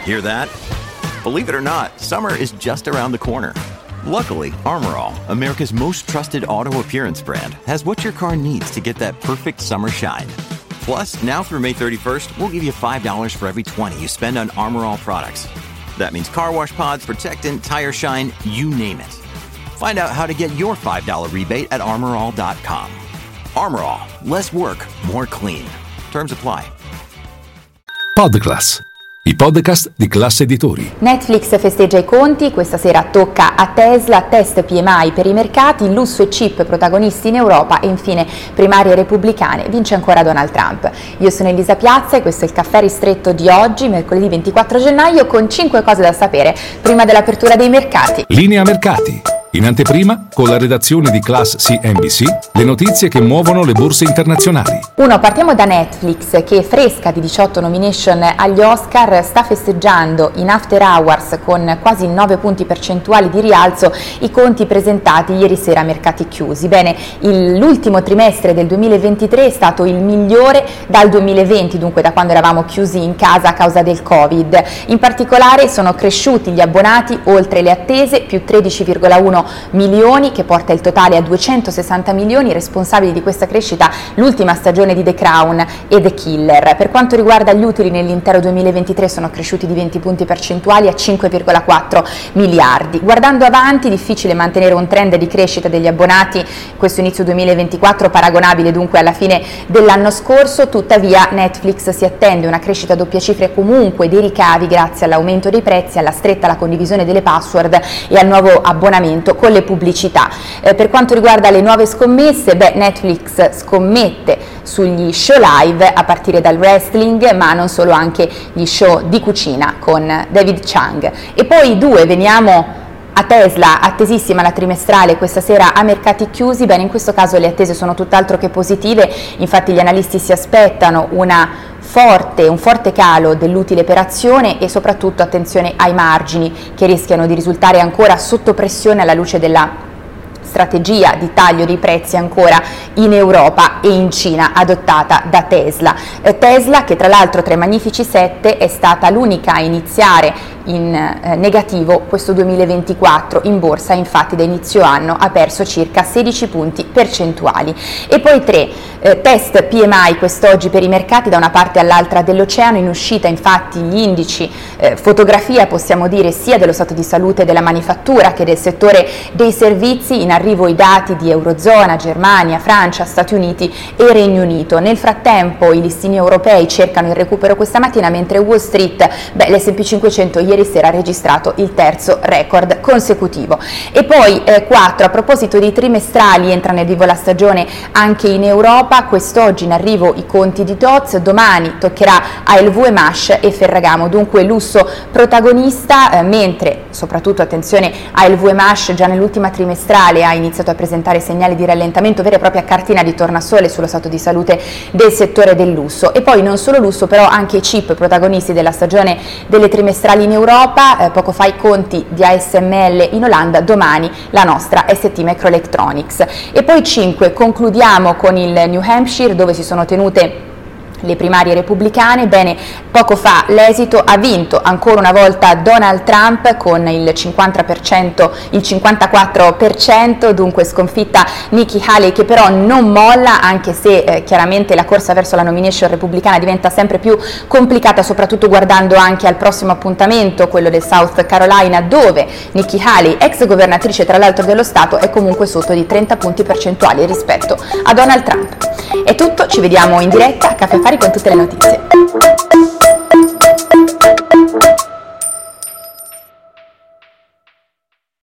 Hear that? Believe it or not, summer is just around the corner. Luckily, Armor All, America's most trusted auto appearance brand, has what your car needs to get that perfect summer shine. Plus, now through May 31st, we'll give you $5 for every $20 you spend on Armor All products. That means car wash pods, protectant, tire shine, you name it. Find out how to get your $5 rebate at armorall.com. Armor All, less work, more clean. Terms apply. Podclass, i podcast di Class Editori. Netflix festeggia i conti, questa sera tocca a Tesla, test PMI per i mercati, lusso e chip protagonisti in Europa e infine primarie repubblicane, vince ancora Donald Trump. Io sono Elisa Piazza e questo è il caffè ristretto di oggi, mercoledì 24 gennaio, con 5 cose da sapere prima dell'apertura dei mercati. Linea mercati. In anteprima, con la redazione di Class CNBC, le notizie che muovono le borse internazionali. Partiamo da Netflix, che fresca di 18 nomination agli Oscar sta festeggiando in after hours con quasi 9 punti percentuali di rialzo i conti presentati ieri sera a mercati chiusi. Bene, l'ultimo trimestre del 2023 è stato il migliore dal 2020, dunque da quando eravamo chiusi in casa a causa del Covid. In particolare sono cresciuti gli abbonati oltre le attese, più 13,1 milioni, che porta il totale a 260 milioni, responsabili di questa crescita l'ultima stagione di The Crown e The Killer. Per quanto riguarda gli utili nell'intero 2023 sono cresciuti di 20 punti percentuali a 5,4 miliardi. Guardando avanti, difficile mantenere un trend di crescita degli abbonati questo inizio 2024 paragonabile dunque alla fine dell'anno scorso, tuttavia Netflix si attende una crescita a doppie cifre comunque dei ricavi grazie all'aumento dei prezzi, alla stretta condivisione delle password e al nuovo abbonamento con le pubblicità. Per quanto riguarda le nuove scommesse, Netflix scommette sugli show live a partire dal wrestling, ma non solo, anche gli show di cucina con David Chang. E poi veniamo a Tesla, attesissima la trimestrale questa sera a mercati chiusi. In questo caso le attese sono tutt'altro che positive, infatti gli analisti si aspettano un forte calo dell'utile per azione e soprattutto attenzione ai margini che rischiano di risultare ancora sotto pressione alla luce della strategia di taglio dei prezzi ancora in Europa e in Cina adottata da Tesla. Tesla, che tra l'altro tra i Magnifici 7 è stata l'unica a iniziare in negativo questo 2024 in borsa, infatti da inizio anno ha perso circa 16 punti percentuali. E poi 3 test PMI quest'oggi per i mercati da una parte all'altra dell'oceano, in uscita infatti gli indici fotografia possiamo dire sia dello stato di salute della manifattura che del settore dei servizi, in arrivo i dati di Eurozona, Germania, Francia, Stati Uniti e Regno Unito. Nel frattempo i listini europei cercano il recupero questa mattina, mentre Wall Street, l'S&P 500 ieri sera ha registrato il terzo record consecutivo. E poi 4, a proposito di trimestrali, entra nel vivo la stagione anche in Europa, quest'oggi in arrivo i conti di Tozzi, domani toccherà a LVMH e Ferragamo, dunque lusso protagonista, mentre soprattutto attenzione a LVMH, già nell'ultima trimestrale ha iniziato a presentare segnali di rallentamento, vera e propria cartina di tornasole sullo stato di salute del settore del lusso. E poi non solo lusso, però anche i chip protagonisti della stagione delle trimestrali in Europa, poco fa i conti di ASML in Olanda, domani la nostra ST Microelectronics. E poi 5, concludiamo con il New Hampshire, dove si sono tenute le primarie repubblicane. Poco fa l'esito: ha vinto ancora una volta Donald Trump con il 54%, dunque sconfitta Nikki Haley, che però non molla, anche se chiaramente la corsa verso la nomination repubblicana diventa sempre più complicata, soprattutto guardando anche al prossimo appuntamento, quello del South Carolina, dove Nikki Haley, ex governatrice tra l'altro dello Stato, è comunque sotto di 30 punti percentuali rispetto a Donald Trump. È tutto, ci vediamo in diretta a Caffè Affari con tutte le notizie.